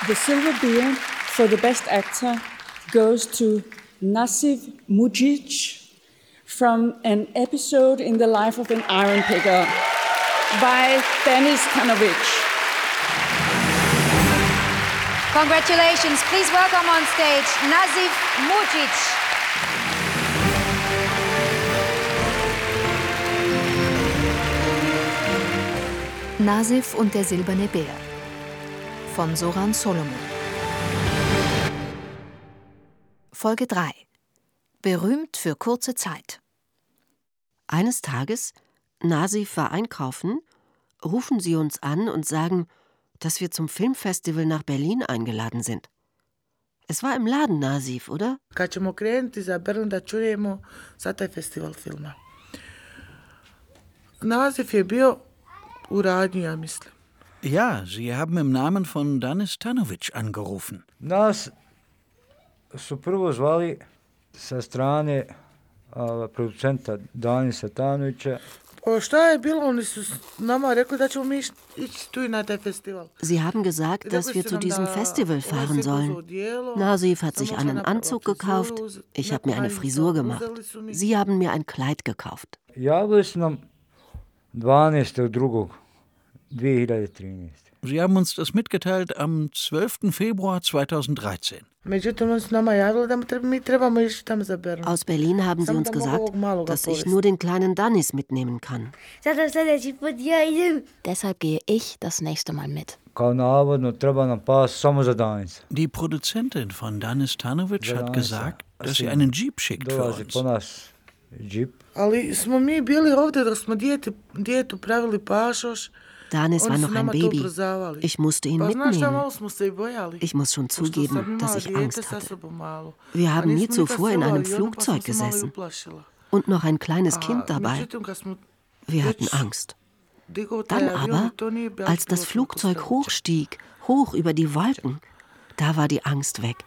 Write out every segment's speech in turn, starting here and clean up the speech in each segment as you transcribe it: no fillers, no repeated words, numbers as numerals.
The Silver Beer for the Best Actor goes to Nasif Mujic from an episode in the life of an iron picker by Danis Tanovic. Congratulations. Please welcome on stage Nasif Mujic. Nasif und der silberne Bär von Zoran Solomon. Folge 3. Berühmt für kurze Zeit. Eines Tages, Nasif war einkaufen, rufen sie uns an und sagen, dass wir zum Filmfestival nach Berlin eingeladen sind. Es war im Laden, Nasif, oder? Nasif je bio u radnji, ja mislim. Ja, Sie haben im Namen von Danis Tanovic angerufen. Nas su prvo zvali sa strane producenta Danisa Tanovića. Sie haben gesagt, dass wir zu diesem Festival fahren sollen. Nasif hat sich einen Anzug gekauft, ich habe mir eine Frisur gemacht. Sie haben mir ein Kleid gekauft. Javili su nam 12.2.2013. Sie haben uns das mitgeteilt am 12. Februar 2013. Aus Berlin haben sie uns gesagt, dass ich nur den kleinen Danis mitnehmen kann. Deshalb gehe ich das nächste Mal mit. Die Produzentin von Danis Tanovic hat gesagt, dass sie einen Jeep schickt für uns. Danis war noch ein Baby. Ich musste ihn mitnehmen. Ich muss schon zugeben, dass ich Angst hatte. Wir haben nie zuvor in einem Flugzeug gesessen. Und noch ein kleines Kind dabei. Wir hatten Angst. Dann aber, als das Flugzeug hochstieg, hoch über die Wolken, da war die Angst weg.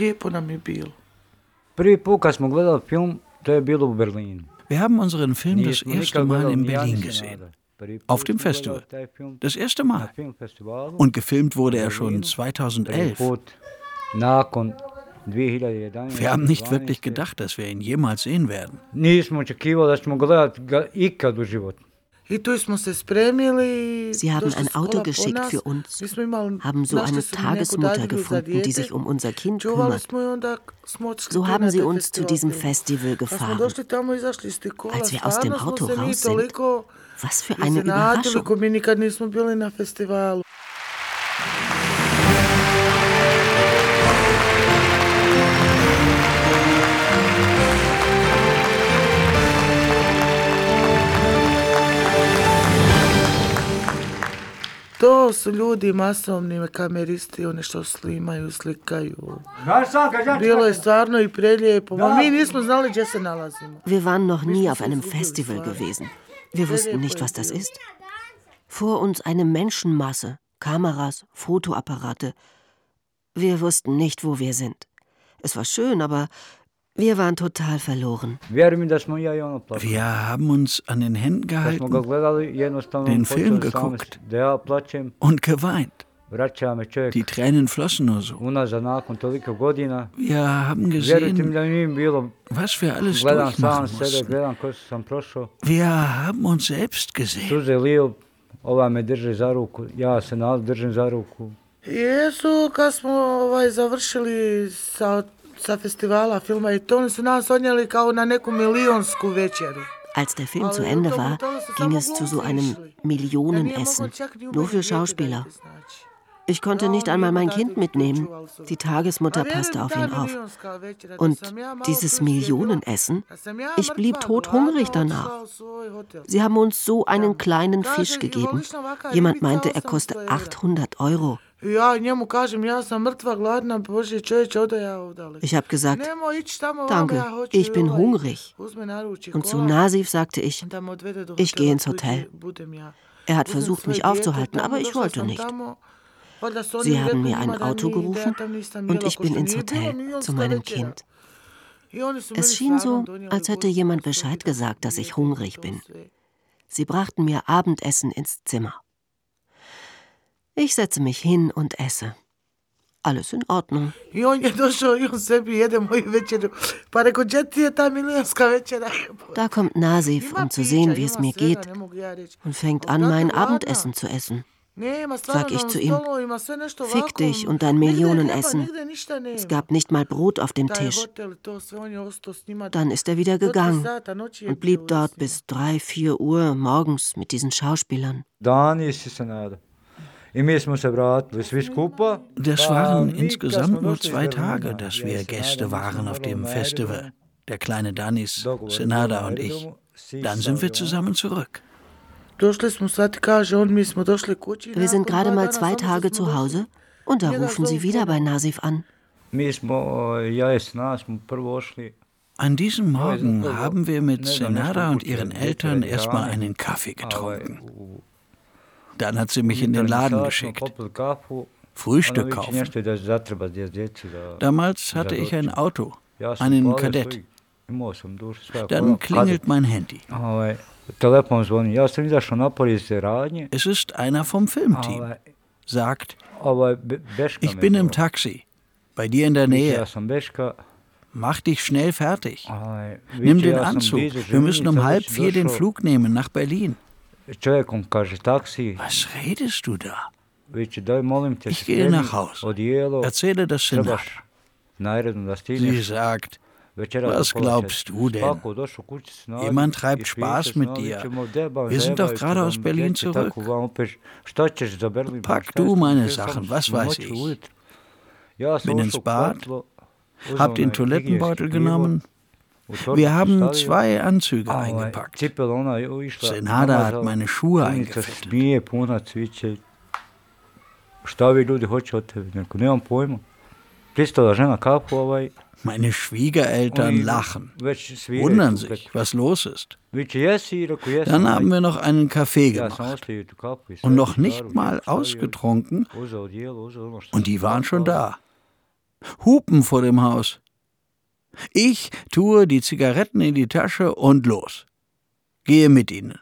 Wir haben unseren Film das erste Mal in Berlin gesehen. Auf dem Festival. Das erste Mal. Und gefilmt wurde er schon 2011. Wir haben nicht wirklich gedacht, dass wir ihn jemals sehen werden. Sie haben ein Auto geschickt für uns, haben so eine Tagesmutter gefunden, die sich um unser Kind kümmert. So haben sie uns zu diesem Festival gefahren. Als wir aus dem Auto raus sind, was für eine Überraschung. To su ljudi masovni kameristi, oni što snimaju, slikaju. Bilo je stvarno i prelijepo. Mi nismo znali gdje se nalazimo. Wir waren noch nie auf einem Festival gewesen. Wir wussten nicht, was das ist. Vor uns eine Menschenmasse, Kameras, Fotoapparate. Wir wussten nicht, wo wir sind. Es war schön, aber wir waren total verloren. Wir haben uns an den Händen gehalten, den Film geguckt und geweint. Die Tränen flossen nur so. Wir haben gesehen, was wir alles durchmachen mussten. Wir haben uns selbst gesehen. Jesu, kad smo završili sa festivala filma i to, oni su nas odnijeli kao na neku milionsku večeru. Als der Film zu Ende war, ging es zu so einem Millionenessen, nur für Schauspieler. Ich konnte nicht einmal mein Kind mitnehmen. Die Tagesmutter passte auf ihn auf. Und dieses Millionenessen, ich blieb todhungrig danach. Sie haben uns so einen kleinen Fisch gegeben. Jemand meinte, er koste 800 €. Ich habe gesagt, danke, ich bin hungrig. Und zu Nasif sagte ich gehe ins Hotel. Er hat versucht, mich aufzuhalten, aber ich wollte nicht. Sie haben mir ein Auto gerufen und ich bin ins Hotel zu meinem Kind. Es schien so, als hätte jemand Bescheid gesagt, dass ich hungrig bin. Sie brachten mir Abendessen ins Zimmer. Ich setze mich hin und esse. alles in Ordnung. Da kommt Nasif, um zu sehen, wie es mir geht, und fängt an, mein Abendessen zu essen. Sag ich zu ihm, fick dich und dein Millionenessen. Es gab nicht mal Brot auf dem Tisch. Dann ist er wieder gegangen und blieb dort bis 3, 4 Uhr morgens mit diesen Schauspielern. Das waren insgesamt nur 2 Tage, dass wir Gäste waren auf dem Festival. Der kleine Danis, Senada und ich. Dann sind wir zusammen zurück. Wir sind gerade mal 2 Tage zu Hause und da rufen sie wieder bei Nasif an. An diesem Morgen haben wir mit Senada und ihren Eltern erstmal einen Kaffee getrunken. Dann hat sie mich in den Laden geschickt. Frühstück kaufen. Damals hatte ich ein Auto, einen Kadett. Dann klingelt mein Handy. Es ist einer vom Filmteam. Sagt, ich bin im Taxi, bei dir in der Nähe. Mach dich schnell fertig. Nimm den Anzug, wir müssen um 3:30 den Flug nehmen nach Berlin. Was redest du da? Ich gehe nach Hause, erzähle das Senada. Sie sagt, was glaubst du denn? Jemand treibt Spaß mit dir. Wir sind doch gerade aus Berlin zurück. Pack du meine Sachen, was weiß ich. Bin ins Bad, hab den Toilettenbeutel genommen. Wir haben 2 Anzüge eingepackt. Senada hat meine Schuhe eingefettet. Meine Schwiegereltern lachen, wundern sich, was los ist. Dann haben wir noch einen Kaffee gemacht und noch nicht mal ausgetrunken und die waren schon da. Hupen vor dem Haus. Ich tue die Zigaretten in die Tasche und los. Gehe mit ihnen.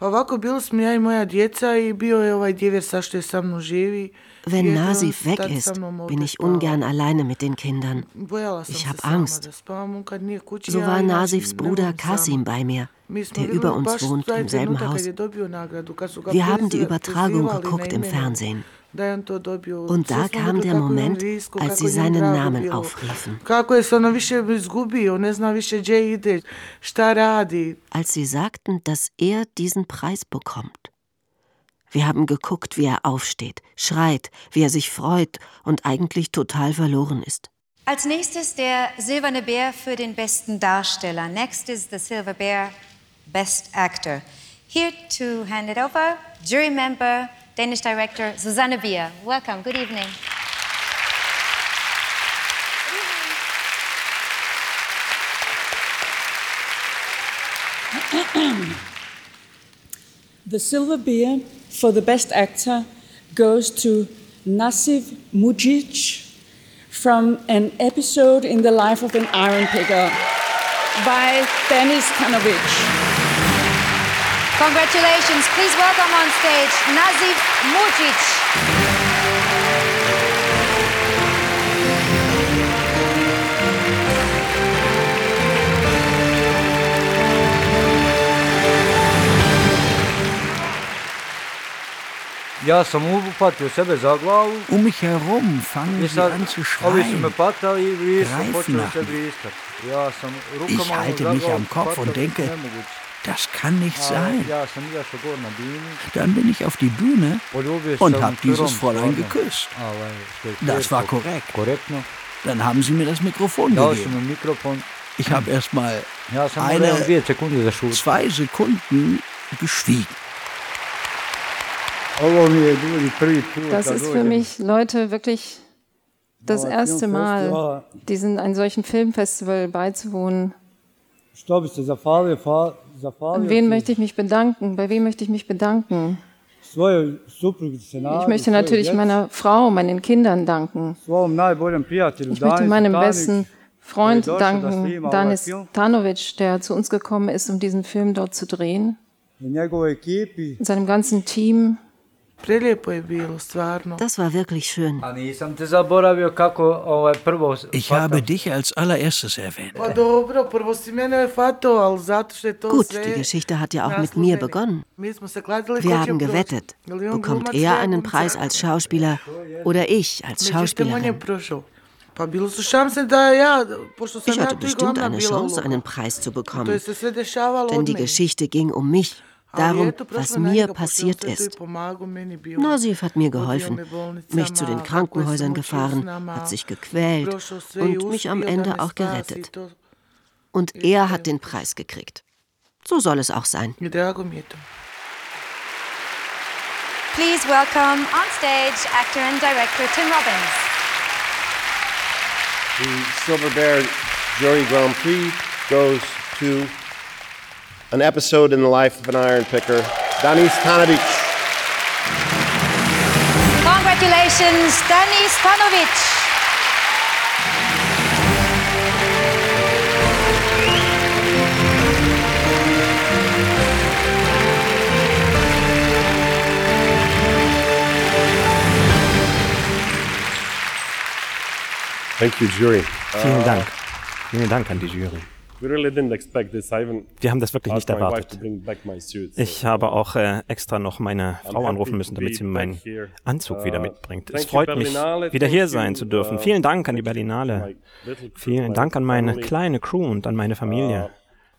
Wenn Nasif weg ist, bin ich ungern alleine mit den Kindern. Ich habe Angst. So war Nasifs Bruder Kasim bei mir, der über uns wohnt, im selben Haus. Wir haben die Übertragung geguckt im Fernsehen. Und da kam der Moment, als sie seinen Namen aufriefen. Als sie sagten, dass er diesen Preis bekommt. Wir haben geguckt, wie er aufsteht, schreit, wie er sich freut und eigentlich total verloren ist. Als nächstes der Silberne Bär für den besten Darsteller. Next is the Silver Bear, Best Actor. Here to hand it over, jury member, Danish director Susanne Bier. Welcome, good evening. The Silver Bear for the Best Actor goes to Nasif Mujic from an episode in the life of an iron picker by Denis Kanovich. Congratulations. Please welcome on stage Nasif Mujic. Um mich herum fangen sie an zu schreien, greifen nach mir. Ich halte mich am Kopf und denke, das kann nicht sein. Dann bin ich auf die Bühne und habe dieses Fräulein geküsst. Das war korrekt. Dann haben sie mir das Mikrofon gegeben. Ich habe erst mal 2 Sekunden geschwiegen. Das ist für mich, Leute, wirklich das erste Mal, einem solchen Filmfestival beizuwohnen. An wen möchte ich mich bedanken? Bei wem möchte ich mich bedanken? Ich möchte natürlich meiner Frau, meinen Kindern danken. Ich möchte meinem besten Freund danken, Danis Tanovic, der zu uns gekommen ist, um diesen Film dort zu drehen. Und seinem ganzen Team. Das war wirklich schön. Ich habe dich als allererstes erwähnt. Gut, die Geschichte hat ja auch mit mir begonnen. Wir haben gewettet. Bekommt er einen Preis als Schauspieler oder ich als Schauspielerin? Ich hatte bestimmt eine Chance, einen Preis zu bekommen. Denn die Geschichte ging um mich. Darum, was mir passiert ist. Nasif hat mir geholfen, mich zu den Krankenhäusern gefahren, hat sich gequält und mich am Ende auch gerettet. Und er hat den Preis gekriegt. So soll es auch sein. Please welcome on stage actor and director Tim Robbins. The Silver Bear Jury Grand Prix goes to an episode in the life of an iron picker, Danis Stanovic. Congratulations, Danis Stanovic. Thank you, Jury. Vielen Dank. Vielen Dank an die Jury. Wir haben das wirklich nicht erwartet. Ich habe auch extra noch meine Frau anrufen müssen, damit sie meinen Anzug wieder mitbringt. Es freut mich, wieder hier sein zu dürfen. Vielen Dank an die Berlinale. Vielen Dank an meine kleine Crew und an meine Familie.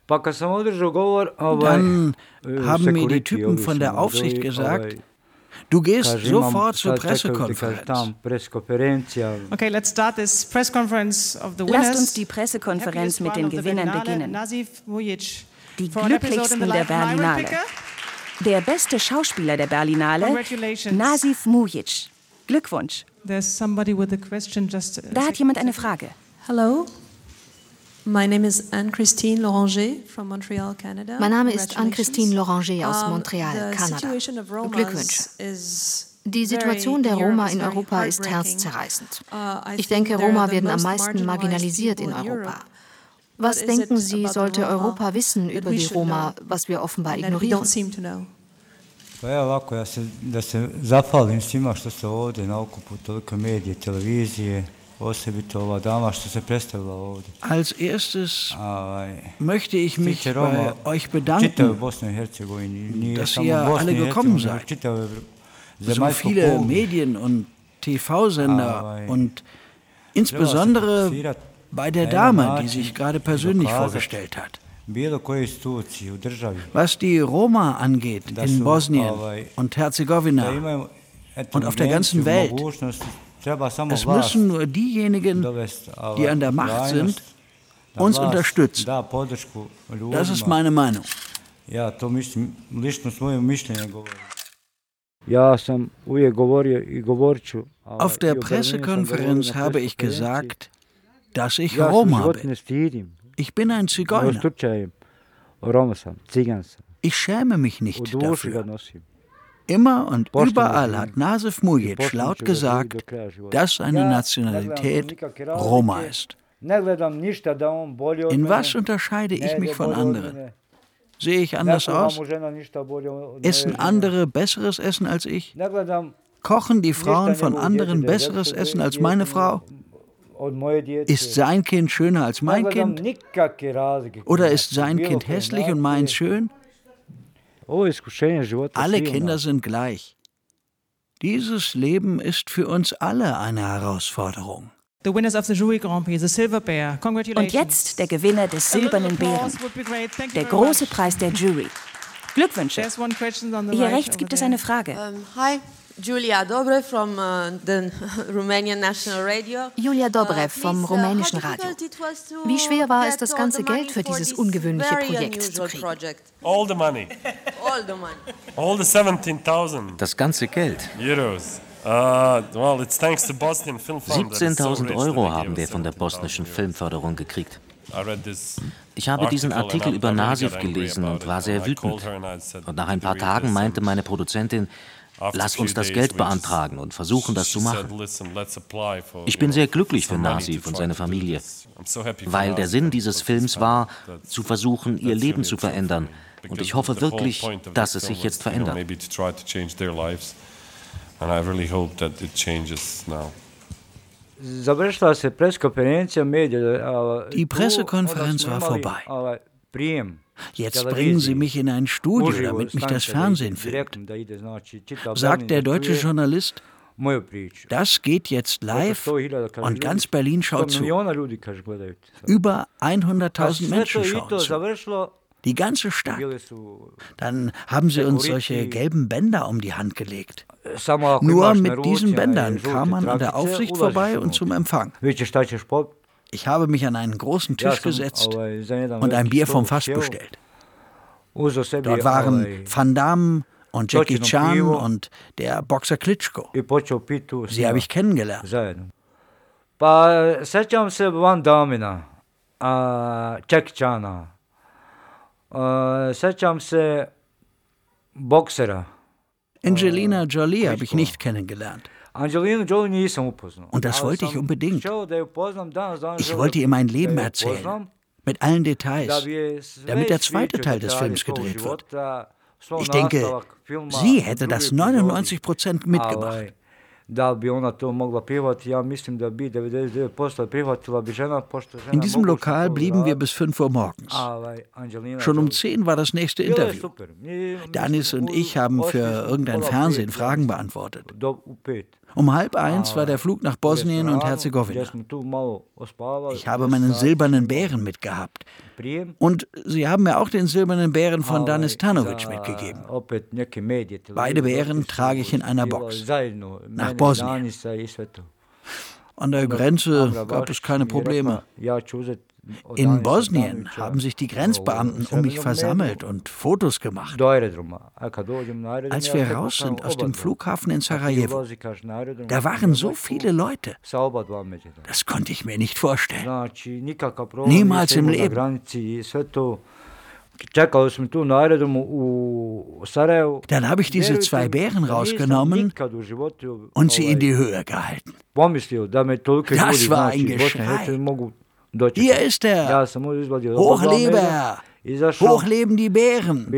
Dann haben mir die Typen von der Aufsicht gesagt, du gehst sofort zur Pressekonferenz. Okay, let's start this press conference of the winners. Lasst uns die Pressekonferenz mit den Gewinnern beginnen. Die glücklichsten der Berlinale. Der beste Schauspieler der Berlinale, Nasif Mujic. Glückwunsch. Da hat jemand eine Frage. Hello. My name is Anne-Christine Loranger from Montreal, Canada. Mein Name ist Anne-Christine Loranger aus Montreal, Kanada. Glückwünsche. Die Situation der Roma in Europa ist herzzerreißend. Ich denke, Roma werden am meisten marginalisiert in Europa. Was denken Sie, sollte Europa wissen über die Roma, was wir offenbar ignorieren? Als erstes möchte ich mich bei euch bedanken, dass ihr alle gekommen seid. So viele Medien- und TV-Sender und insbesondere bei der Dame, die sich gerade persönlich vorgestellt hat. Was die Roma angeht in Bosnien und Herzegowina und auf der ganzen Welt, es müssen nur diejenigen, die an der Macht sind, uns unterstützen. Das ist meine Meinung. Auf der Pressekonferenz habe ich gesagt, dass ich Roma bin. Ich bin ein Zigeuner. Ich schäme mich nicht dafür. Immer und überall hat Nasif Mujic laut gesagt, dass seine Nationalität Roma ist. In was unterscheide ich mich von anderen? Sehe ich anders aus? Essen andere besseres Essen als ich? Kochen die Frauen von anderen besseres Essen als meine Frau? Ist sein Kind schöner als mein Kind? Oder ist sein Kind hässlich und meins schön? Alle Kinder sind gleich. Dieses Leben ist für uns alle eine Herausforderung. Und jetzt der Gewinner des Silbernen Bären, der große Preis der Jury. Glückwünsche. Hier rechts gibt es eine Frage. Hi. Julia Dobrev from the Romanian National Radio. Julia Dobrev vom rumänischen Radio. Wie schwer war es, das ganze Geld für dieses ungewöhnliche Projekt zu kriegen? All the money. All the 17.000. Das ganze Geld. Euros. 17.000 Euro haben wir von der bosnischen Filmförderung gekriegt. Ich habe diesen Artikel über Nasif gelesen und war sehr wütend. Und nach ein paar Tagen meinte meine Produzentin, lass uns das Geld beantragen und versuchen, das zu machen. Ich bin sehr glücklich für Nasif und seine Familie, weil der Sinn dieses Films war, zu versuchen, ihr Leben zu verändern. Und ich hoffe wirklich, dass es sich jetzt verändert. And I really hope that it changes now. Die Pressekonferenz war vorbei. Jetzt bringen Sie mich in ein Studio, damit mich das Fernsehen filmt. Sagt der deutsche Journalist, das geht jetzt live und ganz Berlin schaut zu. Über 100.000 Menschen schauen zu. Die ganze Stadt. Dann haben sie uns solche gelben Bänder um die Hand gelegt. Nur mit diesen Bändern kam man an der Aufsicht vorbei und zum Empfang. Ich habe mich an einen großen Tisch gesetzt und ein Bier vom Fass bestellt. Dort waren Van Damme und Jackie Chan und der Boxer Klitschko. Sie habe ich kennengelernt. Sećam se Van Damina, Jackie Chana. Sećam se Boxera. Angelina Jolie habe ich nicht kennengelernt. Und das wollte ich unbedingt. Ich wollte ihr mein Leben erzählen, mit allen Details, damit der zweite Teil des Films gedreht wird. Ich denke, sie hätte das 99% mitgebracht. In diesem Lokal blieben wir bis 5 Uhr morgens. Schon um 10 war das nächste Interview. Danis und ich haben für irgendein Fernsehen Fragen beantwortet. Um 12:30 war der Flug nach Bosnien und Herzegowina. Ich habe meinen silbernen Bären mitgehabt. Und sie haben mir auch den silbernen Bären von Danis Tanovic mitgegeben. Beide Bären trage ich in einer Box. Nach Bosnien. An der Grenze gab es keine Probleme. In Bosnien haben sich die Grenzbeamten um mich versammelt und Fotos gemacht. Als wir raus sind aus dem Flughafen in Sarajevo, da waren so viele Leute. Das konnte ich mir nicht vorstellen. Niemals im Leben. Dann habe ich diese 2 Bären rausgenommen und sie in die Höhe gehalten. Das war ein Geschrei. Hier ist er! Hochlebe er! Hochleben die Bären!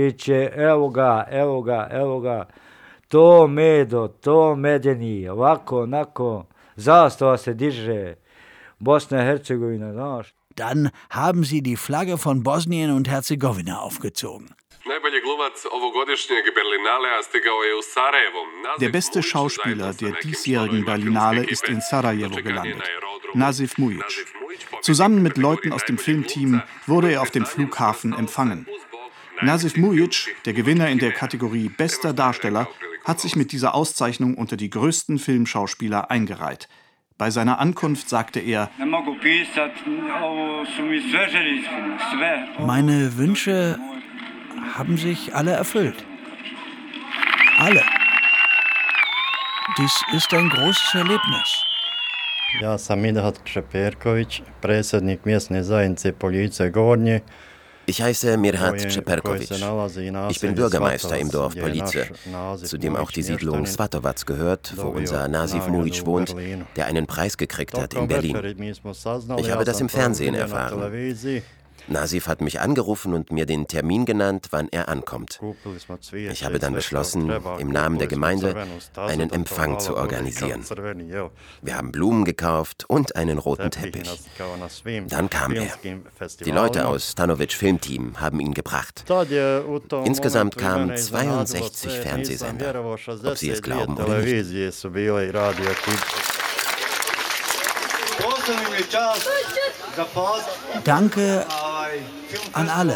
To medo, to medeni, ovako, onako, zastava se diže, Bosna-Herzegowina, znaš. Dann haben sie die Flagge von Bosnien und Herzegowina aufgezogen. Der beste Schauspieler der diesjährigen Berlinale ist in Sarajevo gelandet, Nasif Mujic. Zusammen mit Leuten aus dem Filmteam wurde er auf dem Flughafen empfangen. Nasif Mujic, der Gewinner in der Kategorie Bester Darsteller, hat sich mit dieser Auszeichnung unter die größten Filmschauspieler eingereiht. Bei seiner Ankunft sagte er: Meine Wünsche haben sich alle erfüllt. Alle. Dies ist ein großes Erlebnis. Ja sam Midhat Čeperković, predsjednik mjesne zajednice Poljice Gornje. Ich heiße Mirhat Čeperković. Ich bin Bürgermeister im Dorf Police, zu dem auch die Siedlung Svatovac gehört, wo unser Nasif Mujic wohnt, der einen Preis gekriegt hat in Berlin. Ich habe das im Fernsehen erfahren. Nasif hat mich angerufen und mir den Termin genannt, wann er ankommt. Ich habe dann beschlossen, im Namen der Gemeinde einen Empfang zu organisieren. Wir haben Blumen gekauft und einen roten Teppich. Dann kam er. Die Leute aus Tanovic Filmteam haben ihn gebracht. Insgesamt kamen 62 Fernsehsender, ob Sie es glauben oder nicht. Danke an alle.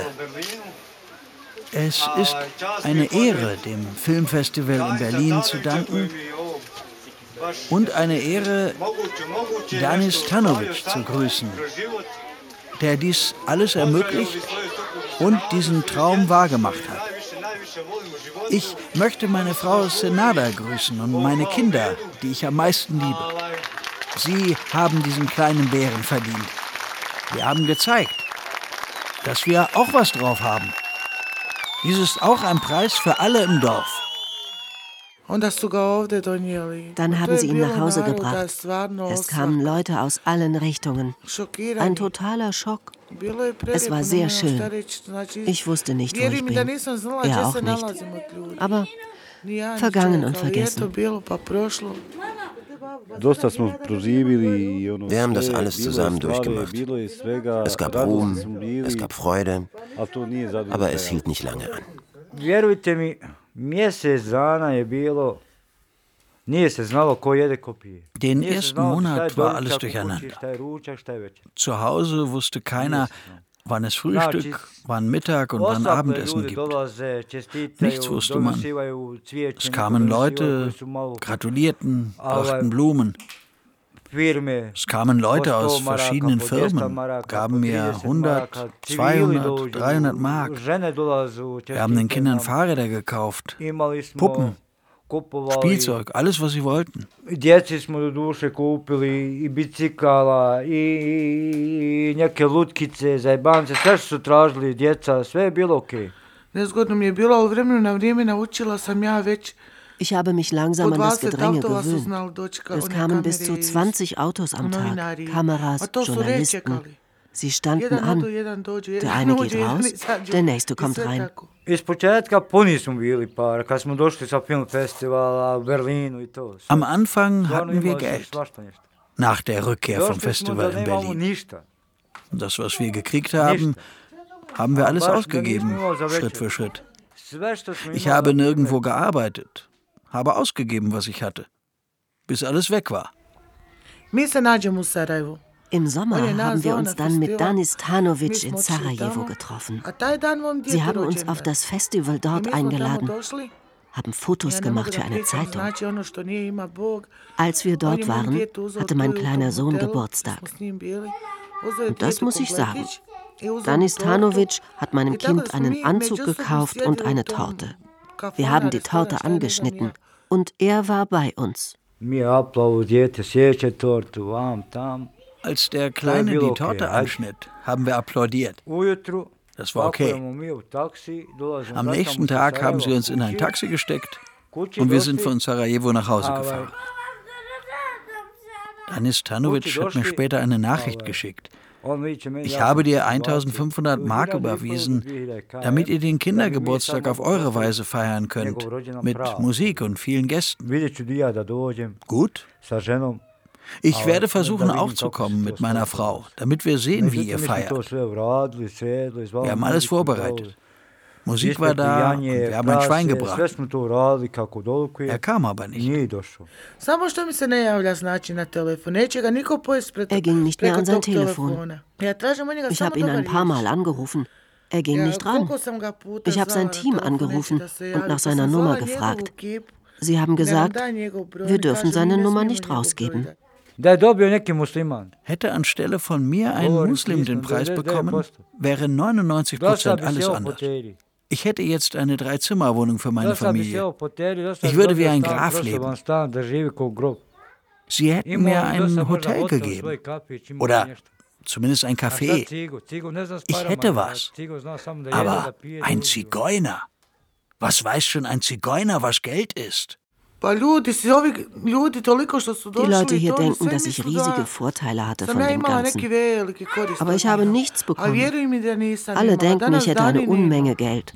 Es ist eine Ehre, dem Filmfestival in Berlin zu danken und eine Ehre, Danis Tanovic zu grüßen, der dies alles ermöglicht und diesen Traum wahrgemacht hat. Ich möchte meine Frau Senada grüßen und meine Kinder, die ich am meisten liebe. Sie haben diesen kleinen Bären verdient. Wir haben gezeigt, dass wir auch was drauf haben. Dies ist auch ein Preis für alle im Dorf. Dann haben sie ihn nach Hause gebracht. Es kamen Leute aus allen Richtungen. Ein totaler Schock. Es war sehr schön. Ich wusste nicht, wo ich bin. Er auch nicht. Aber Vergangen und vergessen. Wir haben das alles zusammen durchgemacht. Es gab Ruhm, es gab Freude, aber es hielt nicht lange an. Den ersten Monat war alles durcheinander. Zu Hause wusste keiner, wann es Frühstück, wann Mittag und wann Abendessen gibt. Nichts wusste man. Es kamen Leute, gratulierten, brachten Blumen. Es kamen Leute aus verschiedenen Firmen, gaben mir 100, 200, 300 Mark. Wir haben den Kindern Fahrräder gekauft, Puppen, Spielzeug, alles, was sie wollten. Djeci smo do duše kupili i bicikala i neke lutkice, zajebance, sve što su tražili djeca, sve je bilo okej. Nezgodno mi je bilo, ali vremenu na vrijeme naučila sam ja već. Ich habe mich langsam an das Gedränge gewöhnt. Es kamen bis zu 20 Autos am Tag, Kameras, Journalisten. Sie standen an. Der eine geht raus, der nächste kommt rein. Am Anfang hatten wir Geld. Nach der Rückkehr vom Festival in Berlin. Das, was wir gekriegt haben, haben wir alles ausgegeben, Schritt für Schritt. Ich habe nirgendwo gearbeitet, habe ausgegeben, was ich hatte, bis alles weg war. Im Sommer haben wir uns dann mit Danis Tanovic in Sarajevo getroffen. Sie haben uns auf das Festival dort eingeladen, haben Fotos gemacht für eine Zeitung. Als wir dort waren, hatte mein kleiner Sohn Geburtstag. Und das muss ich sagen. Danis Tanovic hat meinem Kind einen Anzug gekauft und eine Torte. Wir haben die Torte angeschnitten und er war bei uns. Als der Kleine die Torte anschnitt, haben wir applaudiert. Das war okay. Am nächsten Tag haben sie uns in ein Taxi gesteckt und wir sind von Sarajevo nach Hause gefahren. Danis Tanovic hat mir später eine Nachricht geschickt. Ich habe dir 1500 Mark überwiesen, damit ihr den Kindergeburtstag auf eure Weise feiern könnt, mit Musik und vielen Gästen. Gut? Ich werde versuchen, auch zu kommen mit meiner Frau, damit wir sehen, wie ihr feiert. Wir haben alles vorbereitet. Musik war da und wir haben ein Schwein gebracht. Er kam aber nicht. Er ging nicht mehr an sein Telefon. Ich habe ihn ein paar Mal angerufen. Er ging nicht ran. Ich habe sein Team angerufen und nach seiner Nummer gefragt. Sie haben gesagt, wir dürfen seine Nummer nicht rausgeben. Hätte anstelle von mir ein Muslim den Preis bekommen, wäre 99% alles anders. Ich hätte jetzt eine 3-Zimmer-Wohnung für meine Familie. Ich würde wie ein Graf leben. Sie hätten mir ein Hotel gegeben. Oder zumindest ein Café. Ich hätte was. Aber ein Zigeuner. Was weiß schon ein Zigeuner, was Geld ist? Die Leute hier denken, dass ich riesige Vorteile hatte von dem Ganzen. Aber ich habe nichts bekommen. Alle denken, ich hätte eine Unmenge Geld.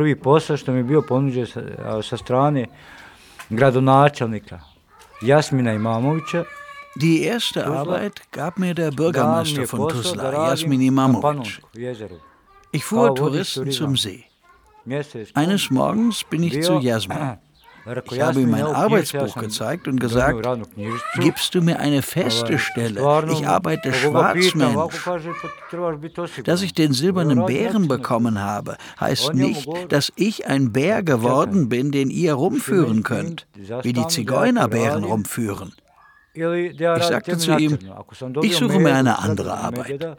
Die erste Arbeit gab mir der Bürgermeister von Tuzla, Jasmin Imamovic. Ich fuhr Touristen zum See. Eines Morgens bin ich zu Jasmin. Ich habe ihm mein Arbeitsbuch gezeigt und gesagt, gibst du mir eine feste Stelle? Ich arbeite Schwarzmensch. Dass ich den silbernen Bären bekommen habe, heißt nicht, dass ich ein Bär geworden bin, den ihr rumführen könnt, wie die Zigeunerbären rumführen. Ich sagte zu ihm, ich suche mir eine andere Arbeit.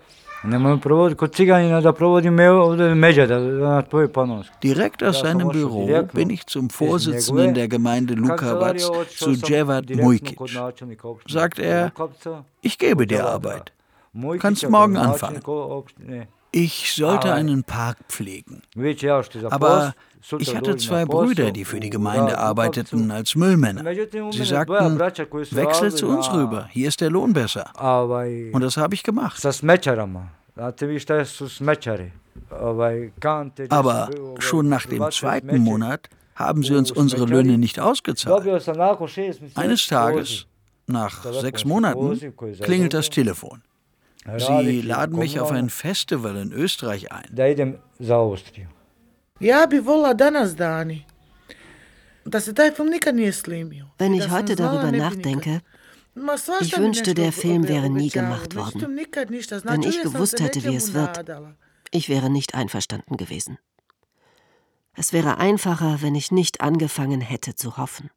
Direkt aus seinem Büro bin ich zum Vorsitzenden der Gemeinde Lukavac, zu Djevat Mujkic. Sagt er, ich gebe dir Arbeit. Kannst morgen anfangen. Ich sollte einen Park pflegen. Aber ich hatte 2 Brüder, die für die Gemeinde arbeiteten als Müllmänner. Sie sagten, wechsel zu uns rüber, hier ist der Lohn besser. Und das habe ich gemacht. Aber schon nach dem 2. Monat haben sie uns unsere Löhne nicht ausgezahlt. Eines Tages, nach 6 Monaten, klingelt das Telefon. Sie laden mich auf ein Festival in Österreich ein. Wenn ich heute darüber nachdenke, ich wünschte, der Film wäre nie gemacht worden. Wenn ich gewusst hätte, wie es wird, ich wäre nicht einverstanden gewesen. Es wäre einfacher, wenn ich nicht angefangen hätte zu hoffen.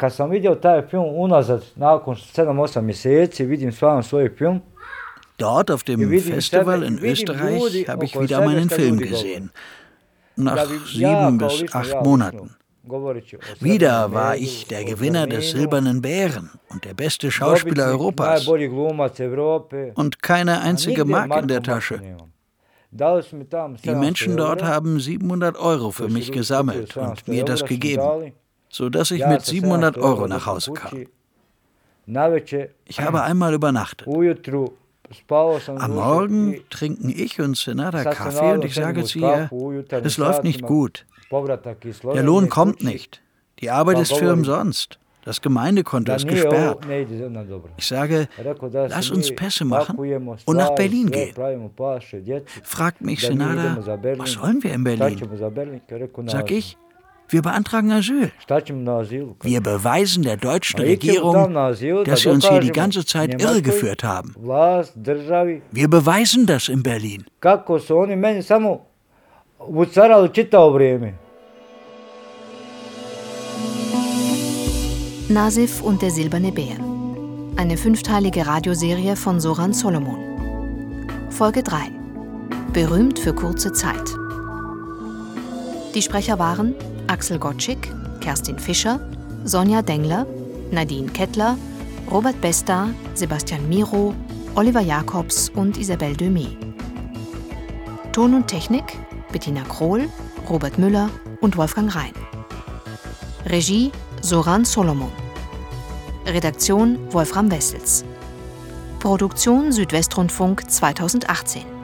Dort auf dem Festival in Österreich habe ich wieder meinen Film gesehen. Nach 7 bis 8 Monaten. Wieder war ich der Gewinner des Silbernen Bären und der beste Schauspieler Europas. Und keine einzige Mark in der Tasche. Die Menschen dort haben 700 € für mich gesammelt und mir das gegeben, sodass ich mit 700 € nach Hause kam. Ich habe einmal übernachtet. Am Morgen trinken ich und Senada Kaffee und ich sage zu ihr, es läuft nicht gut. Der Lohn kommt nicht. Die Arbeit ist für umsonst. Das Gemeindekonto ist gesperrt. Ich sage, lass uns Pässe machen und nach Berlin gehen. Fragt mich Senada, was sollen wir in Berlin? Sag ich, wir beantragen Asyl. Wir beweisen der deutschen Regierung, dass sie uns hier die ganze Zeit irregeführt haben. Wir beweisen das in Berlin. Nasif und der silberne Bär. Eine 5-teilige Radioserie von Zoran Solomon. Folge 3. Berühmt für kurze Zeit. Die Sprecher waren Axel Gottschik, Kerstin Fischer, Sonja Dengler, Nadine Kettler, Robert Besta, Sebastian Miro, Oliver Jacobs und Isabelle Demey. Ton und Technik Bettina Krohl, Robert Müller und Wolfgang Rhein. Regie Zoran Solomon. Redaktion Wolfram Wessels. Produktion Südwestrundfunk 2018.